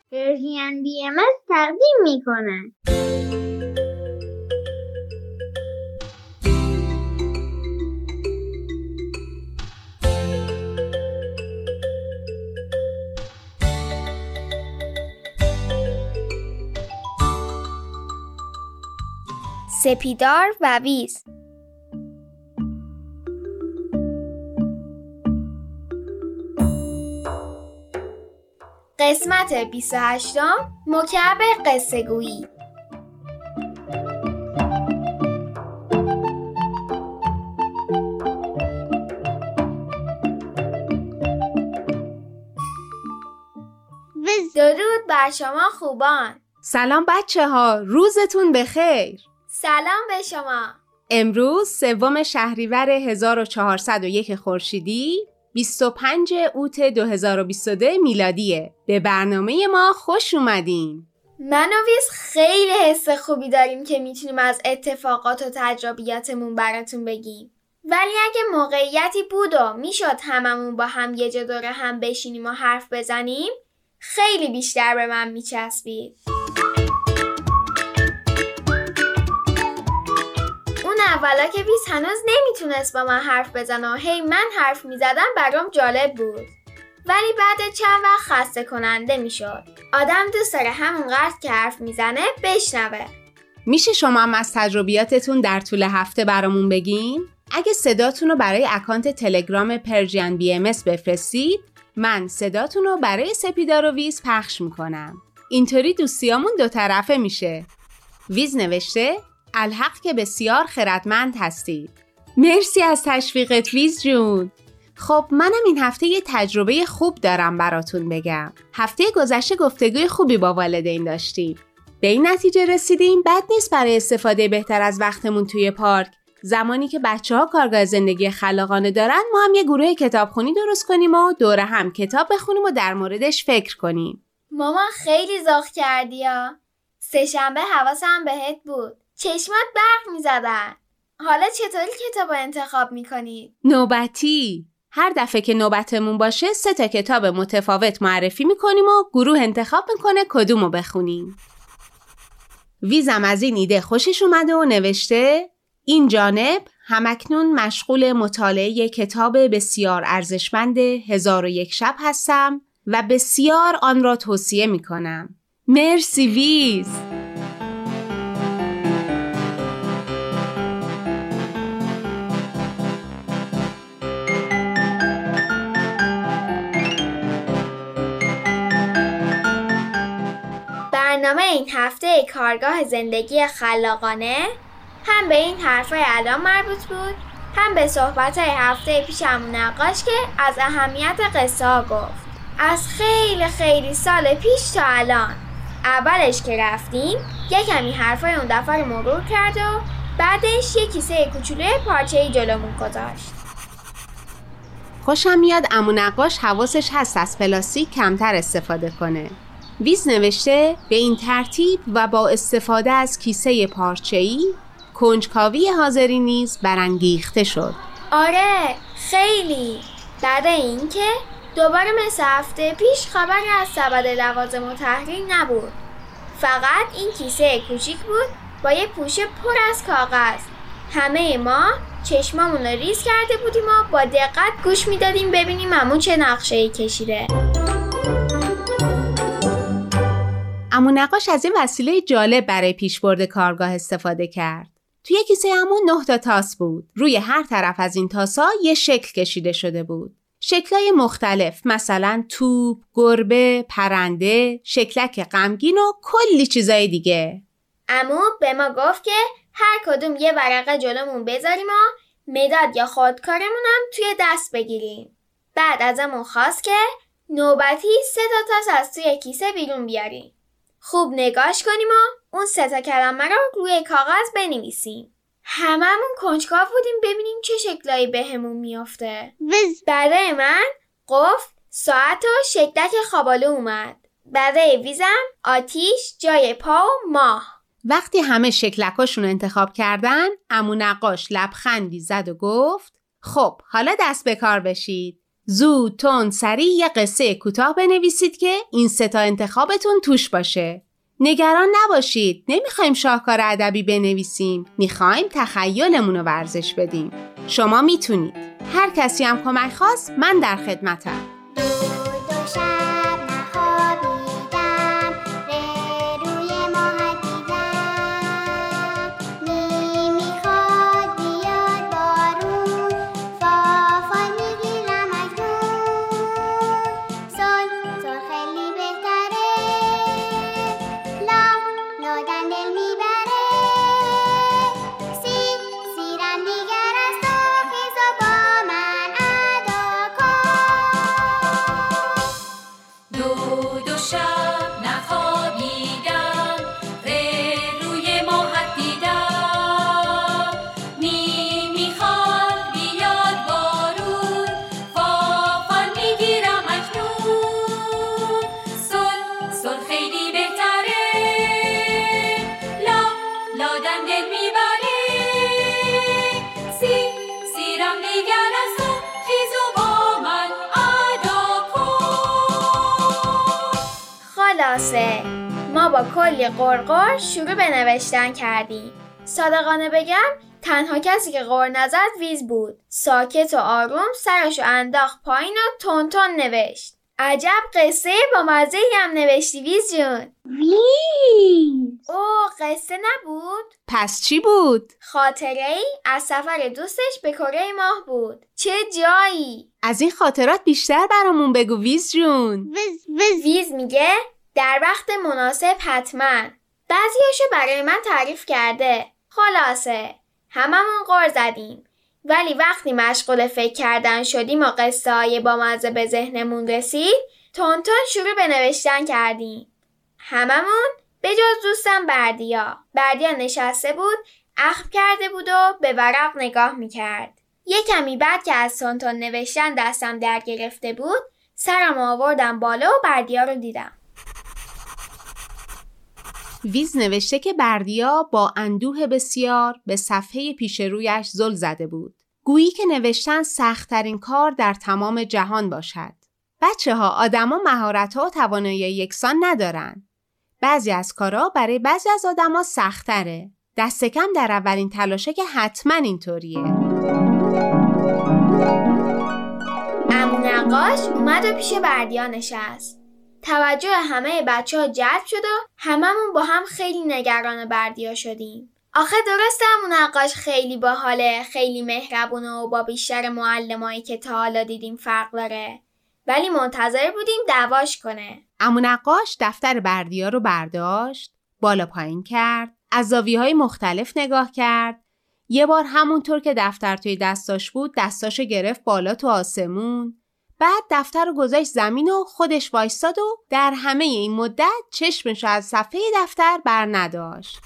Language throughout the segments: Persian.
پرژین BMS تقدیم میکنه. سپیدار و ویز. قسمت 28 مکعب قصه گویی. درود بر شما خوبان. سلام بچه ها، روزتون بخیر. سلام به شما. امروز 3 شهریور 1401 خورشیدی 25 اوت 2022 میلادیه. به برنامه ما خوش اومدین. من و ویز خیلی حس خوبی داریم که میتونیم از اتفاقات و تجربیاتمون براتون بگیم. ولی اگه موقعیتی بود و میشد هممون با هم یه جا دور هم بشینیم و حرف بزنیم، خیلی بیشتر به من میچسبید. اولا که ویز هنوز نمیتونست با من حرف بزنه و هی من حرف میزدم برام جالب بود. ولی بعد چند وقت خسته کننده میشد. آدم دوست داره همونقدر که حرف میزنه بشنوه. میشه شما هم از تجربیاتتون در طول هفته برامون بگین؟ اگه صداتون رو برای اکانت تلگرام پرژین BMS بفرستید، من صداتون رو برای سپیدار و ویز پخش میکنم. اینطوری دوستیامون 2 طرفه میشه. ویز نوشته الحق که بسیار خردمند هستید. مرسی از تشویقت ویز جون. خب منم این هفته یه تجربه خوب دارم براتون بگم. هفته گذشته گفتگوی خوبی با والدین داشتیم. به این نتیجه رسیدیم بد نیست برای استفاده بهتر از وقتمون توی پارک، زمانی که بچه‌ها کارگاه زندگی خلاقانه دارن، ما هم یه گروه کتابخونی درست کنیم و دور هم کتاب بخونیم و در موردش فکر کنیم. مامان خیلی ذوق کردی ها. 3 شنبه حواسم بهت بود. چشمات برق می‌زدن. حالا چطوری کتاب انتخاب می‌کنید؟ نوبتی. هر دفعه که نوبتمون باشه 3 کتاب متفاوت معرفی می‌کنیم و گروه انتخاب می‌کنه کدومو بخونیم. ویزم از این ایده خوشش اومده و نوشته این جانب همکنون مشغول مطالعه کتاب بسیار ارزشمند 1001 شب هستم و بسیار آن را توصیه می‌کنم. مرسی ویز. برنامه این هفته کارگاه زندگی خلاقانه هم به این حرفای الان مربوط بود، هم به صحبت‌های هفته پیش عمو نقاش که از اهمیت قصه ها گفت. از خیلی خیلی سال پیش تا الان. اولش که رفتیم یه کمی حرفای اون دفعه رو مرور کرد و بعدش یه کیسه کوچولوی پارچه‌ای جلومون گذاشت. خوشم میاد عمو نقاش حواسش هست از پلاستیک کمتر استفاده کنه. ویز نوشته به این ترتیب و با استفاده از کیسه پارچه‌ای کنجکاوی حاضری نیز برانگیخته شد. آره خیلی. بعد اینکه دوباره مثل هفته پیش خبری از سبد لوازم و تحریر نبود. فقط این کیسه کوچیک بود با یه پوشه پر از کاغذ. همه ما چشمامون رو ریز کرده بودیم و با دقت گوش میدادیم ببینیم عمو چه نقشه‌ای کشیده. عمو نقاش از این وسیله جالب برای پیشبرد کارگاه استفاده کرد. توی کیسه عمو 9 تاس بود. روی هر طرف از این تاسا یه شکل کشیده شده بود. شکلای مختلف، مثلا توپ، گربه، پرنده، شکلک غمگین و کلی چیزای دیگه. عمو به ما گفت که هر کدوم یه ورقه جلومون بذاریم و مداد یا خودکارمون هم توی دست بگیریم. بعد ازمون خواست که نوبتی 3 تاس از توی کیسه بیرون بیاریم. خوب نگاش کنیم و اون 3 کلمه رو روی کاغذ بنویسیم. هممون کنجکاو بودیم ببینیم چه شکلایی بهمون میافته. برای من گفت ساعت و شکلک خوابالو اومد. برای ویزم آتیش جای پا و ماه. وقتی همه شکلکاشون انتخاب کردن، عمو نقاش لبخندی زد و گفت خب حالا دست به کار بشید. زود، تند، سریع یه قصه کوتاه بنویسید که این 3 انتخابتون توش باشه. نگران نباشید، نمیخوایم شاهکار ادبی بنویسیم، میخوایم تخیلمون رو ورزش بدیم. شما میتونید. هر کسی هم کمک خواست، من در خدمتم. ما با کلی غرغر شروع به نوشتن کردیم. صادقانه بگم تنها کسی که غر نزد ویز بود. ساکت و آروم سرشو انداخت پایین و تون تون نوشت. عجب قصه با مزه‌ای هم نوشتی ویز جون. ویز. اوه قصه نبود؟ پس چی بود؟ خاطره‌ای از سفر دوستش به کره ماه بود. چه جایی؟ از این خاطرات بیشتر برامون بگو ویز جون. ویز میگه در وقت مناسب حتما. بعضیاشو برای من تعریف کرده. خلاصه هممون غر زدیم، ولی وقتی مشغول فکر کردن شدیم و قصه های بامزه به ذهنمون رسید، تون تون شروع به نوشتن کردیم. هممون به جز دوستم بردیا نشسته بود، اخم کرده بود و به ورق نگاه میکرد. یه کمی بعد که از تون تون نوشتن دستم در گرفته بود، سرم آوردم بالا و بردیا رو دیدم. ویز نوشته که بردیا با اندوه بسیار به صفحه پیش رویش زل زده بود. گویی که نوشتن سخت‌ترین کار در تمام جهان باشد. بچه‌ها، آدم‌ها مهارت‌ها و توانایی یکسان ندارن. بعضی از کارا برای بعضی از آدم‌ها سخت‌تره. دست کم در اولین تلاشه که حتما اینطوریه. عمو نقاش اومد و پیش بردیا نشست. توجه همه بچه‌ها جلب شد و هممون با هم خیلی نگران بردیا شدیم. آخه درسته عمو نقاش خیلی باحاله، خیلی مهربونه و با بیشتر معلمایی که تا حالا دیدیم فرق داره، ولی منتظر بودیم دعواش کنه. عمو نقاش دفتر بردیا رو برداشت، بالا پایین کرد، از زاویه‌های مختلف نگاه کرد. یه بار همونطور که دفتر توی دستاش بود دستاشو گرفت بالا تو آسمون. بعد دفتر رو گذاشت زمین و خودش وایستاد و در همه این مدت چشمش از صفحه دفتر بر نداشت.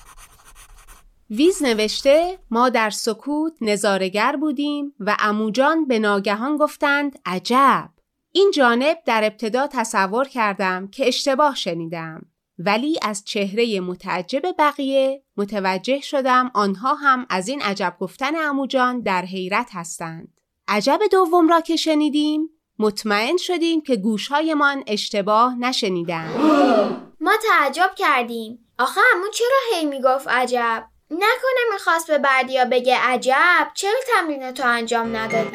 ویز نوشته ما در سکوت نظاره‌گر بودیم و عموجان به ناگهان گفتند عجب. این جانب در ابتدا تصور کردم که اشتباه شنیدم، ولی از چهره متعجب بقیه متوجه شدم آنها هم از این عجب گفتن عموجان در حیرت هستند. عجب دوم را که شنیدیم مطمئن شدیم که گوشهایمان اشتباه نشنیدن. ما تعجب کردیم. آخه عمو چرا هی میگفت عجب؟ نکنه میخواست به بردیا بگه عجب چرا تمریناتو انجام ندادی؟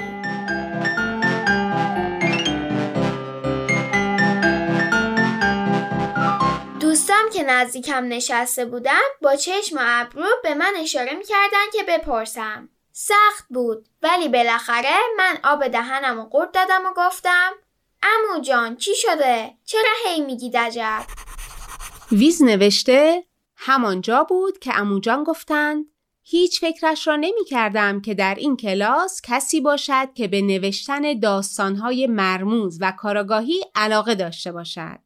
دوستام که نزدیکم نشسته بودن با چشم و ابرو به من اشاره میکردن که بپرسم. سخت بود، ولی بالاخره من آب دهنم رو قورت دادم و گفتم عمو جان چی شده؟ چرا هی میگید عجب؟ ویز نوشته همانجا بود که عموجان گفتند هیچ فکرش را نمی کردم که در این کلاس کسی باشد که به نوشتن داستانهای مرموز و کاراگاهی علاقه داشته باشد.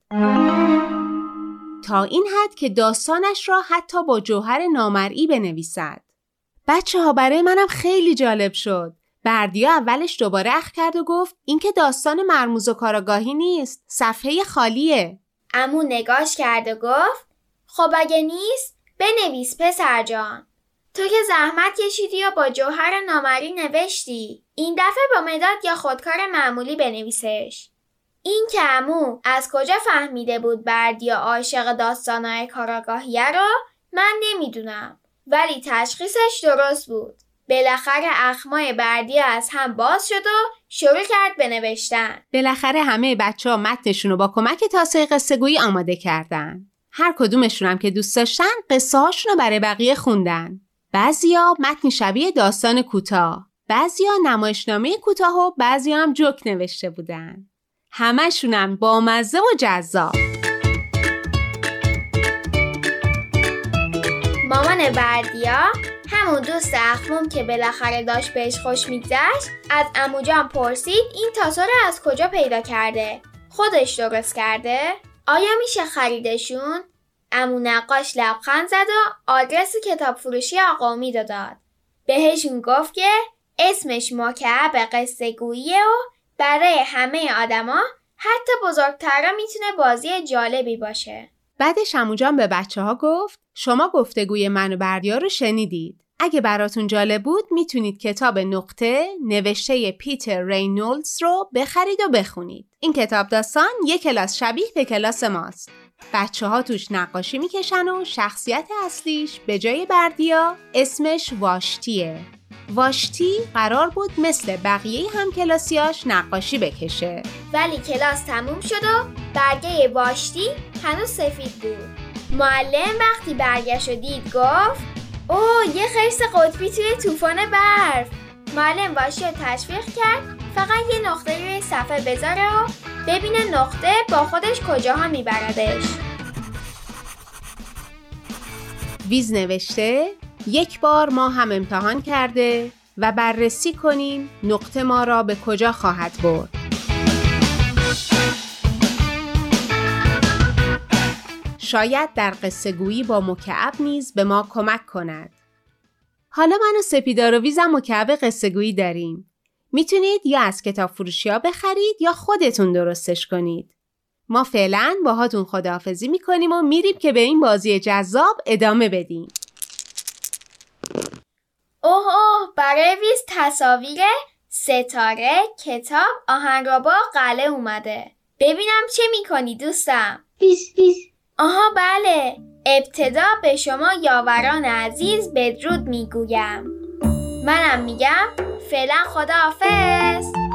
تا این حد که داستانش را حتی با جوهر نامرئی بنویسد. بچه‌ها برای منم خیلی جالب شد. بردیا اولش دوباره اخ کرد و گفت این که داستان مرموز و کاراگاهی نیست، صفحه خالیه. عمو نگاش کرد و گفت خب اگه نیست بنویس پسر جان. تو که زحمت کشیدی و با جوهر نامری نوشتی. این دفعه با مداد یا خودکار معمولی بنویسش. این که عمو از کجا فهمیده بود بردیا عاشق داستانای کاراگاهیه رو من نمیدونم. ولی تشخیصش درست بود. بالاخره اخمای بردیا از هم باز شد و شروع کرد به نوشتن. بالاخره همه بچه‌ها متنشون رو با کمک تاسه قصه‌گویی آماده کردن. هر کدومشون هم که دوست داشتن قصه هاشون رو برای بقیه خوندن. بعضیا متن شبیه داستان کوتاه، بعضیا نمایشنامه کوتاه و بعضیا هم جوک نوشته بودن. همشون هم بامزه و جذاب. مامان بردیا، همون دوست اخموم که بالاخره داشت بهش خوش میگذشت، از عمو جان پرسید این تاسو رو از کجا پیدا کرده؟ خودش درست کرده؟ آیا میشه خریدشون؟ عمو نقاش لبخند زد و آدرس کتاب فروشی آقا امید رو داد. بهشون گفت که اسمش مکعب قصه گوییه و برای همه آدما حتی بزرگترا میتونه بازی جالبی باشه. بعدش عمو جان به بچه‌ها گفت شما گفتگوی من و بردیا رو شنیدید. اگه براتون جالب بود میتونید کتاب نقطه نوشته پیتر رینولدز رو بخرید و بخونید. این کتاب داستان یک کلاس شبیه به کلاس ماست. بچه‌ها توش نقاشی میکشن و شخصیت اصلیش به جای بردیا اسمش واشتیه. واشتی قرار بود مثل بقیه همکلاسیاش نقاشی بکشه. ولی کلاس تموم شد و برگه واشتی هنوز سفید بود. معلم وقتی برگشت و دید گفت اوه یه خرس قطبی توی طوفان برف. معلم واشتی رو تشویق کرد فقط یه نقطه روی صفحه بذاره و ببینه نقطه با خودش کجاها میبردش. ویز نوشته یک بار ما هم امتحان کرده و بررسی کنیم نقطه ما را به کجا خواهد برد. شاید در قصه گویی با مکعب نیز به ما کمک کند. حالا من و سپیدار و ویزم مکعب قصه گویی داریم. میتونید یا از کتاب فروشی ها بخرید یا خودتون درستش کنید. ما فعلا باهاتون خداحافظی میکنیم و میریم که به این بازی جذاب ادامه بدیم. اوه برای ویز تصاویر ستاره، کتاب، آهنربا، قلعه اومده. ببینم چه میکنی دوستم؟ بیس. آها بله، ابتدا به شما یاوران عزیز بدرود میگویم. منم میگم فعلا خداحافظ.